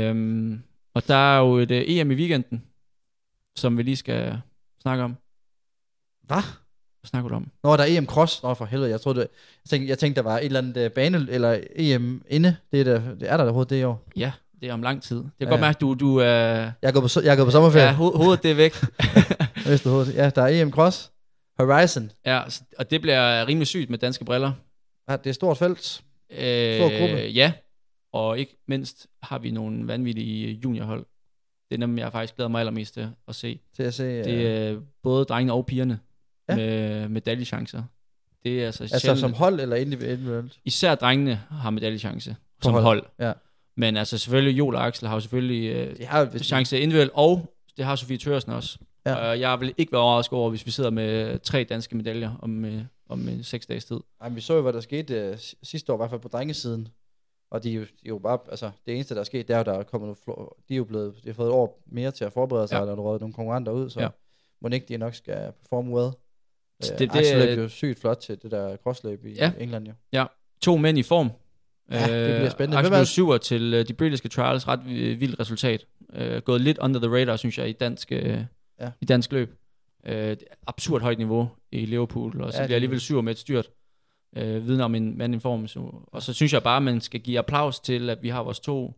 Og der er jo et EM i weekenden, som vi lige skal snakke om. Hvad snakker du om? Nå, der er EM Cross. Nå, for helvede. Jeg tænkte, der var et eller andet bane, eller EM inde. Det er der overhovedet det i år? Ja, det er om lang tid. Det kan godt mærke, du er... Jeg er gået på sommerferie. Ja, hovedet det er væk. Ja, der er EM Cross. Horizon. Ja, og det bliver rimelig sygt med danske briller. Ja, det er stort felt. Stor gruppe. Ja, og ikke mindst har vi nogle vanvittige juniorhold. Det er nemlig, jeg faktisk glæder mig allermest til at se. Det er både drengene og pigerne med medaljechancer. Det er altså som hold eller individuelt? Især drengene har medaljechance som hold. Ja. Men altså selvfølgelig, Joel og Axel har jo selvfølgelig chance individuelt, og det har Sofie Thørsen også. Ja. Og jeg vil ikke være overrasket over, hvis vi sidder med 3 danske medaljer om 6 dages tid. Ej, vi så jo, hvad der skete sidste år, i hvert fald på drengesiden. Og de er jo bare, altså det eneste, der er sket, det er jo, der er kommet de har fået et år mere til at forberede sig, eller røget nogle konkurrenter ud, så må ikke de nok skal performe well. Axel løb jo sygt flot til det der crossløb i England jo. Ja, 2 mænd i form. Ja, det bliver spændende. Axel blev 7'er til de britiske trials, ret vildt resultat. Gået lidt under the radar, synes jeg, i dansk løb. Absurd højt niveau i Liverpool, og så bliver alligevel 7'er med et styrt. Vidner om en mand i form. Og så synes jeg bare, at man skal give applaus til, at vi har vores 2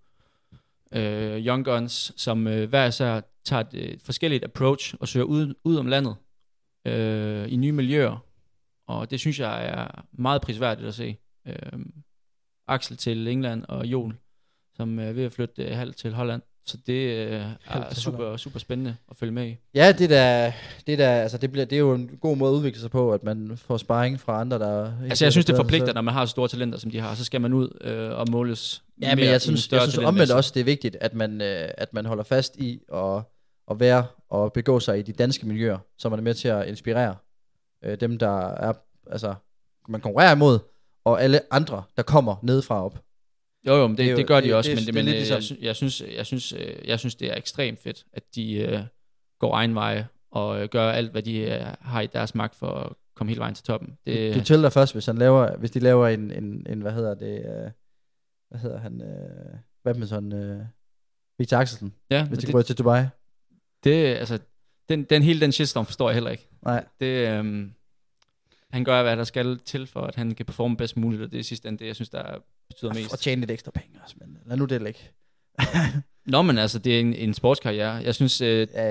young guns, som hver især tager et forskelligt approach og søger ud om landet, i nye miljøer, og det synes jeg er meget prisværdigt at se. Axel til England og Joel, som er ved at flytte halvt til Holland. Så det er super spændende at følge med i. Ja, det er jo en god måde at udvikle sig på, at man får sparring fra andre, der... Altså jeg synes, det forpligter, når man har store talenter, som de har, så skal man ud og måles. Ja, men jeg synes omvendt også, det er vigtigt, at man holder fast i at være og begå sig i de danske miljøer, så man er med til at inspirere dem, der er, altså, man konkurrerer imod, og alle andre, der kommer nedefra op. Jo, men det gør de også, men ligesom... jeg synes, det er ekstremt fedt, at de går egen vej og gør alt, hvad de har i deres magt for at komme hele vejen til toppen. Du tæller først, hvis de laver en hvad hedder det, hvad hedder han, badminton, Victor Axelsen, ja, hvis de går til Dubai. Det, altså, den shitstorm forstår jeg heller ikke. Nej. Det, han gør, hvad der skal til, for at han kan performe bedst muligt, og det er sidst ende det, jeg synes, der betyder mest. Og tjene lidt ekstra penge også, men lad nu det ligge. Nå, men altså, det er en sportskarriere. Jeg synes,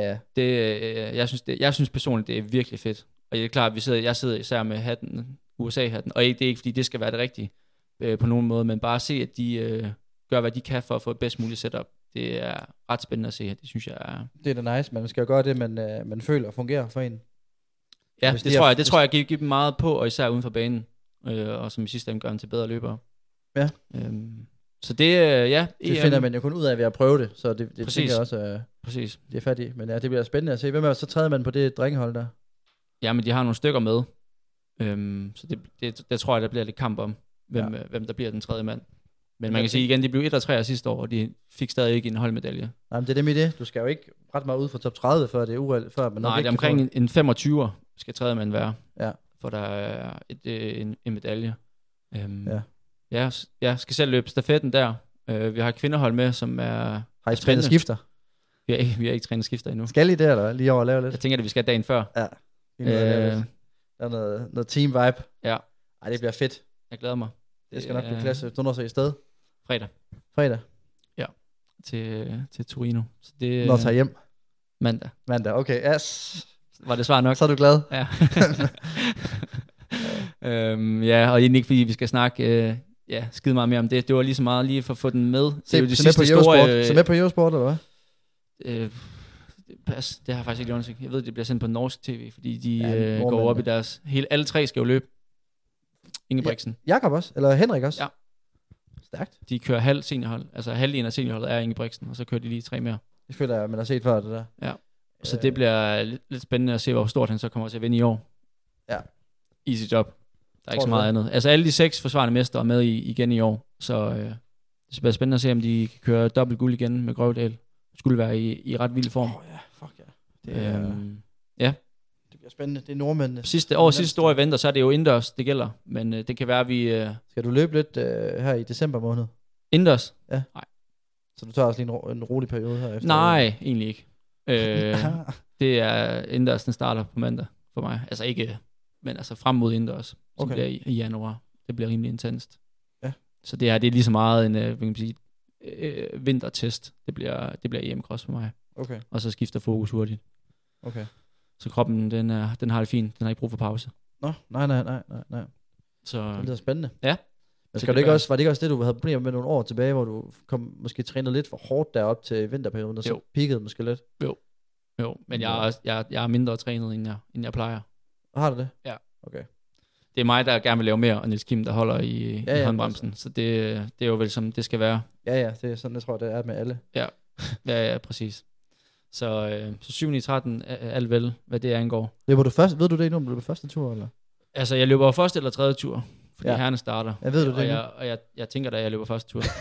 jeg synes personligt, det er virkelig fedt. Og det er klart, at jeg sidder især med hatten, USA-hatten, og det er ikke, fordi det skal være det rigtige på nogen måde, men bare se, at de gør, hvad de kan for at få et bedst muligt setup. Det er ret spændende at se, det synes jeg er... Det er da nice, man skal gøre det, man føler fungerer for en. Ja, det tror jeg giver dem meget på, og især uden for banen, og som i sidste ende gør dem til bedre løbere. Ja. Så det, ja... Det finder man jo kun ud af ved at prøve det, så det tænker jeg også, præcis. Det er fat i. Men ja, det bliver spændende at se. Hvem er så træder man på det drengehold der? Ja, men de har nogle stykker med, så det tror jeg, der bliver lidt kamp om, hvem der bliver den tredje mand. Men man kan sige igen, de blev 1 og 3 sidste år, og de fik stadig ikke en holdmedalje. Nej, men det er det med det. Du skal jo ikke ret meget ud fra top 30, før det er ureelt. Nej, det er omkring en 25'er skal tredje mand være, ja. For der er en medalje. Jeg skal selv løbe stafetten der. Vi har et kvindehold med, som er... Har I trænet skifter? Vi har ikke trænet skifter endnu. Skal I det, eller lige over at lave lidt? Jeg tænker, at vi skal dagen før. Ja. Der er noget team vibe. Ja. Ej, det bliver fedt. Jeg glæder mig. Det skal nok blive klasse. Du når så i sted? Fredag? Ja. Til Torino. Så det, når tager hjem? Mandag, okay. Yes. Var det svar nok? Så er du glad? Ja. Ja, og ikke fordi vi skal snakke skide meget mere om det. Det var lige så meget lige for at få den med. Det er jo det sidste store... Så med på Eurosport, eller hvad? Pas, det har jeg faktisk ikke undersøgt. Jeg ved, det bliver sendt på norsk tv, fordi de går op i deres... Alle tre skal jo løbe. Ingebrigtsen. Jakob også? Eller Henrik også? Ja. Stærkt. De kører halv seniorhold. Altså halvdelen af seniorholdet er Ingebrigtsen, og så kører de lige 3 mere. Det føler jeg, man har set før det der. Ja. Så det bliver lidt spændende at se, hvor stort han så kommer til at vinde i år. Ja. Easy job. Der er ikke så meget andet. Altså alle de 6 forsvarende mestre er med igen i år. Så det bliver spændende at se, om de kan køre dobbelt guld igen med Grøvdal. Skulle være i ret vild form. Ja, fuck ja. Ja. Det bliver spændende. Det er nordmændene. Sidste store eventer, så er det jo indendørs, det gælder. Men det kan være, at vi... Skal du løbe lidt her i december måned? Indendørs? Ja. Nej. Så du tager også lige en rolig periode her efter? Nej, egentlig ikke. Det er indendørs, den starter på mandag for mig. Altså ikke... Men altså frem mod indendørs, som bliver i januar. Det bliver rimelig intenst. Ja. Så det er lige så meget en hvad kan man sige, vintertest. Det bliver EM-cross for mig. Okay. Og så skifter fokus hurtigt. Okay. Så kroppen, den har det fint. Den har ikke brug for pause. Nå, nej. Så det lyder spændende. Ja. Men var det ikke også det, du havde problemer med nogle år tilbage, hvor du måske trænede lidt for hårdt derop til vinterperioden, og så peakede måske lidt? Jo. Men jeg er mindre trænet, end jeg plejer. Har du det? Ja. Okay. Det er mig, der gerne vil lave mere, og Niels Kim, der holder i håndbremsen. Så det er jo vel, som det skal være. Ja, det er sådan, jeg tror, det er med alle. Ja, præcis. Så 7. i 13 alt vel, hvad det angår. Løber du først? Ved du det ikke, om du løber første tur, eller? Altså, jeg løber første eller tredje tur, fordi herrene starter. Jeg ved du det og jeg tænker da, jeg løber første tur.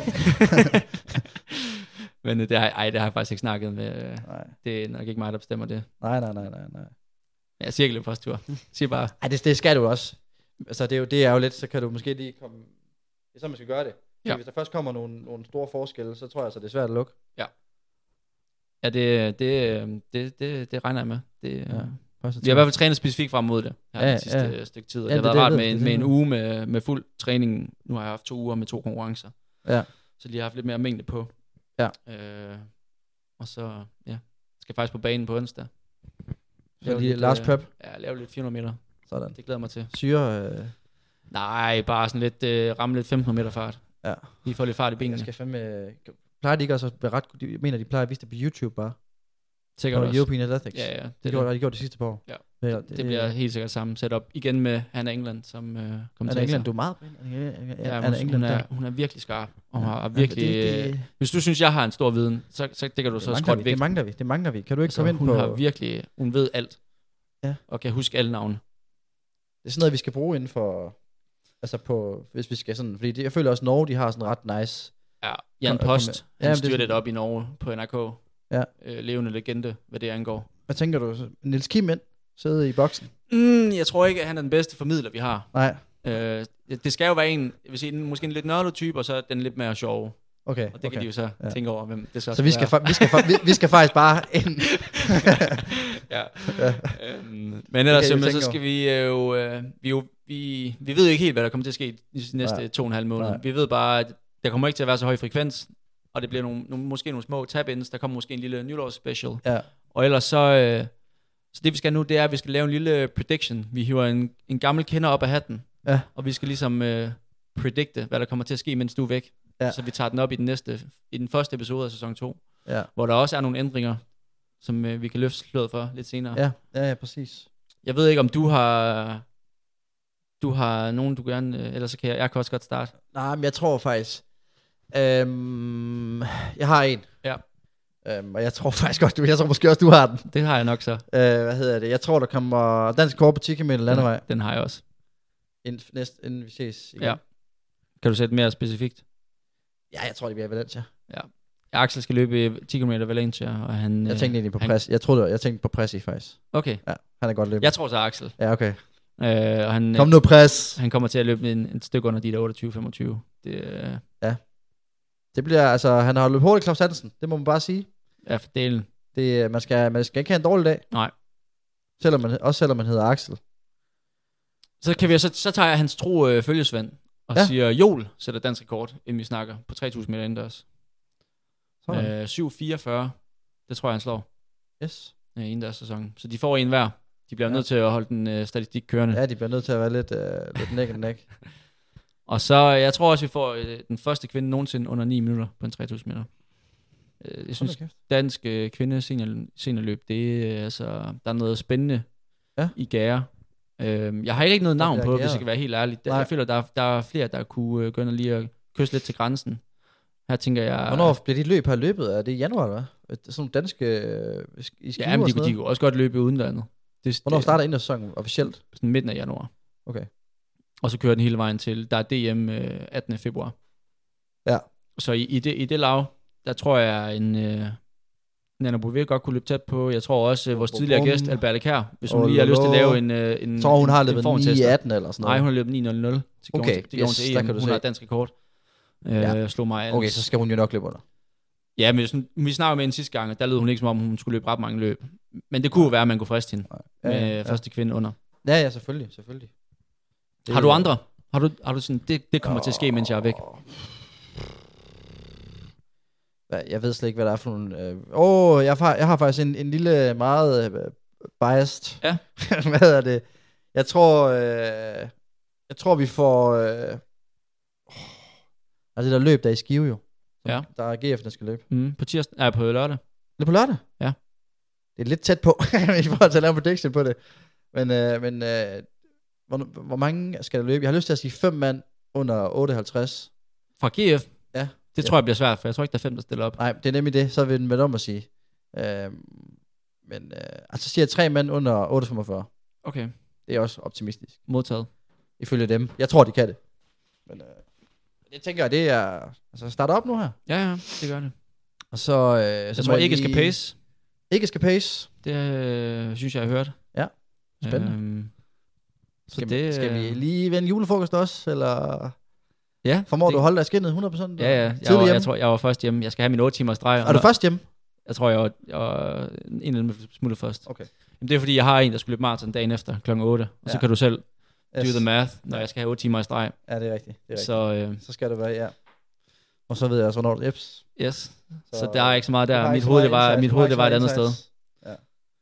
Men det har jeg faktisk ikke snakket med. Det er nok ikke mig, der bestemmer det. Nej. Jeg siger ikke løbe første tur. Siger bare. Ej, det skal du også. Altså, det er jo lidt, så kan du måske lige komme... Det er så, man skal gøre det. Ja. Hvis der først kommer nogle store forskelle, så tror jeg, så det er svært at lukke. Ja. Ja, det regner jeg med. Vi har i hvert fald trænet specifikt frem mod det her det sidste stykke tid. Det har været rart med en uge med fuld træning. Nu har jeg haft 2 uger med 2 konkurrencer. Ja. Så lige har haft lidt mere mængde på. Ja. Og så, skal faktisk på banen på onsdag. Så lige last prep. Ja, lave lidt 400 meter. Sådan. Det glæder mig til. Syre? Nej, bare sådan lidt, ramme lidt 1500 meter fart. Ja. Lige få lidt fart i benene. Jeg skal fandme... Plejer de ikke også at være ret... De mener, de plejer at vise det på YouTube bare? Sikkert også. European Athletics. Ja. De gjorde det sidste par år. Ja. Det bliver helt sikkert samme setup. Igen med Hannah England som kommentator. Hannah England, du er meget... Hun er virkelig skarp. Og har virkelig... Hvis du synes, jeg har en stor viden, så det kan du så skråt væk. Det mangler vi. Kan du ikke komme ind på... Hun har virkelig... Hun ved alt. Ja. Og kan huske alle navne. Det er sådan noget, vi skal bruge inden for... Altså på... Hvis vi skal sådan... Fordi jeg føler også, Norge, de har sådan ret nice... Ja, Jan Post, han styrer det op i Norge på NRK. Ja. Levende legende, hvad det angår. Hvad tænker du? Niels Kim ind? Sidde i boksen? Jeg tror ikke, at han er den bedste formidler, vi har. Nej. Det skal jo være en, jeg vil sige, måske en lidt nørdet type, og så den lidt mere sjove. Okay. Og det kan de jo så tænke over, hvem det så vi skal faktisk bare ind. Ja. Men ellers så skal vi jo... Vi ved jo ikke helt, hvad der kommer til at ske i de næste 2,5 måneder. Nej. Vi ved bare, at der kommer ikke til at være så høj frekvens, og det bliver måske nogle små tab-ins. Der kommer måske en lille nytårsspecial. Ja. Og ellers så det vi skal nu, det er, at vi skal lave en lille prediction. Vi hiver en gammel kender op af hatten, og vi skal ligesom predikte, hvad der kommer til at ske, mens du er væk. Ja. Så vi tager den op i den første episode af sæson 2, hvor der også er nogle ændringer, som vi kan løfte sløret for lidt senere. Ja, præcis. Jeg ved ikke, om du har nogen, du gerne... Ellers så kan jeg kan også godt starte. Nej, men jeg tror faktisk... jeg har en. Ja. Og jeg tror faktisk godt, jeg tror måske også, du har den. Det har jeg nok så. Hvad hedder det? Jeg tror, der kommer dansk kort på 10 km landevej. Den har jeg også. Inden vi ses igen. Ja. Kan du sætte mere specifikt? Ja, jeg tror, det bliver Valencia. Ja. Axel skal løbe 10 km Valencia, og han... Jeg tænkte egentlig på pres. Jeg tænkte på Pressi faktisk. Okay. Ja, han er godt løbet. Jeg tror så Axel. Ja, okay. Og han, kom nu, pres. Han kommer til at løbe en stykke under de der 28-25. Ja. Det bliver, altså, han har løbet hurtigt, Claus Hansen. Det må man bare sige. Ja, for delen. Man skal ikke have en dårlig dag. Nej. Selvom man hedder Axel. Så tager jeg hans tro følgesvend og siger, Joel sætter dansk rekord, inden vi snakker, på 3.000 meter indendørs. 7.44. Det tror jeg, han slår. Yes. Indendørs sæson. Så de får en hver. De bliver nødt til at holde den statistik kørende. Ja, de bliver nødt til at være lidt neck and neck. Og så, jeg tror også, vi får den første kvinde nogensinde under 9 minutter på en 3.000 meter. Jeg synes, dansk kvinde seniorløb, det er altså, der er noget spændende i gære. Jeg har ikke noget navn på, hvis jeg kan være helt ærlig. Jeg føler, der er flere, der kunne gå ind og lige kysse lidt til grænsen. Her tænker jeg... Hvornår bliver de løb her løbet? Er det i januar, eller hvad? Sådan nogle danske i Skive. Ja, men de kunne også godt løbe uden landet. Hvornår starter indersæsonen officielt? Sådan midten af januar. Okay. Og så kører den hele vejen til, der er DM 18. februar. Ja. Så i det lav, der tror jeg Nana Bouvier godt kunne løbe tæt på. Jeg tror også vores tidligere gæst, Albert Kær, hvis hun lige har lyst til at lave en tror hun har løbet 9.18 eller sådan noget? Nej, hun har løbet 9.00. Okay, der kan du hun har dansk rekord. Slog mig okay, så skal hun jo nok løbe under. Ja, men vi snakkede med hende sidste gang, og der lød hun ikke som om, hun skulle løbe ret mange løb. Men det kunne jo være, at man kunne friste hende med første kvinde under. Ja, selvfølgelig. Har du andre? Har du sådan, det kommer til at ske, mens jeg er væk? Jeg ved slet ikke, hvad der er for nogle... jeg har faktisk en lille, meget biased... Ja. Hvad er det? Jeg tror vi får... det der løb, der i Skive jo. Ja. Der er GF, der skal løbe. På tirsdag? På lørdag. Det er på lørdag? Ja. Det er lidt tæt på, i forhold til at lave en prediction på det. Men hvor mange skal der løbe? Jeg har lyst til at sige 5 mand under 58. Fra GF? Ja. Det tror jeg bliver svært, for jeg tror ikke, der er 5, der stiller op. Nej, det er nemlig det. Så vil den med om at sige. Altså siger jeg 3 mand under 845. Okay. Det er også optimistisk. Modtaget. Ifølge dem. Jeg tror, de kan det. Men jeg tænker, det er... Altså, starte op nu her. Ja, det gør det. Og så... jeg tror ikke skal pace. Ikke skal pace. Det synes jeg har hørt. Ja. Spændende. Skal vi lige vende julefrokost også, eller... Ja. Formår du at holde dig skinnet 100%? Ja. Jeg tror, jeg var først hjemme. Jeg skal have min 8 timers drej. Er du først hjemme? Jeg tror, jeg var en af dem smutter først. Okay. Jamen, det er fordi, jeg har en, der skulle løbe maraton dagen efter kl. 8. Og så kan du selv do the math, når jeg skal have 8 timers drej. Ja, det er rigtigt. Så skal det være, ja. Og så ved jeg også, hvornår det Yes. Så der er ikke så meget der. Mit hoved, det var et andet sted. Ja.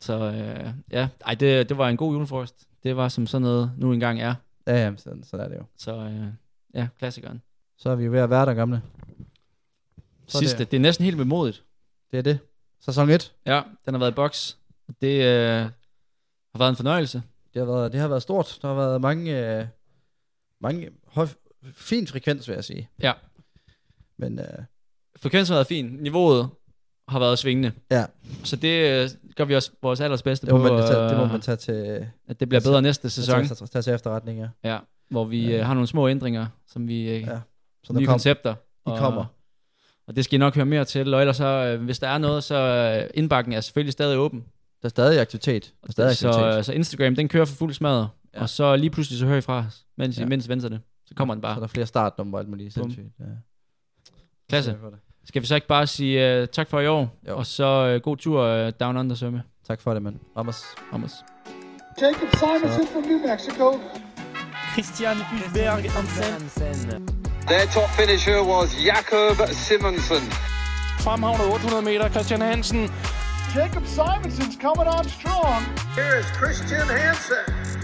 Så det var en god julefrokost. Det var som sådan noget nu engang er. Ja, sådan er det jo. Så klassikeren. Så er vi jo ved at være der, gamle. Sidste, det er næsten helt vemodigt. Det er det. Sæson 1. Ja, den har været i boks. Det har været en fornøjelse. Det har været stort. Der har været mange fin frekvens, vil jeg sige. Ja. Men frekvensen har været fin. Niveauet har været svingende. Ja. Så det gør vi også vores allerbedste på. Det må man tage til... At det bliver bedre næste sæson. Tage til efterretning, ja. Ja, hvor vi har nogle små ændringer, som vi... Så nye koncepter. De kommer. Og det skal I nok høre mere til. Og ellers så, hvis der er noget, så indbakken er selvfølgelig stadig åben. Der er stadig aktivitet. Så Instagram, den kører for fuld smadret. Ja. Og så lige pludselig så hører I fra os, mens venter det. Så kommer den bare. Så der er flere startnumre og alt muligt sindssygt. Ja. Klasse. Skal vi så ikke bare sige tak for i år? Jo. Og så god tur down under sømme. Tak for det, mand. Ramos. Jacob Simonson from New Mexico. Christian Hulberg Hansen. Their top finisher was Jakob Simonsen. Fremhavnet 800 meter, Christian Hansen. Jacob Simonson's coming on strong. Here is Christian Hansen.